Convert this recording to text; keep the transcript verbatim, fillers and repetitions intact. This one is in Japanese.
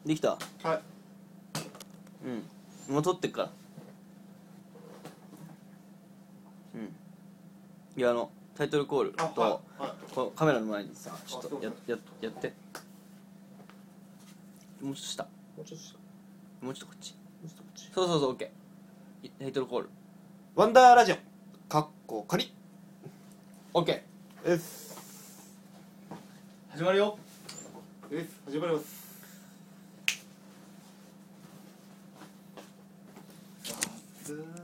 できた。 はい。 うんもう撮ってっから。うんいやあのタイトルコールと、 あはいはい、 このカメラの前にさちょっとやあややってもうちょっと下もうちょっとしたもうちょっとこっちもうちょっとこっち。 そうそうそうオッケータイトルコールワンダーラジオかっこ仮オッケです。 ー始まるよ。 です始まります。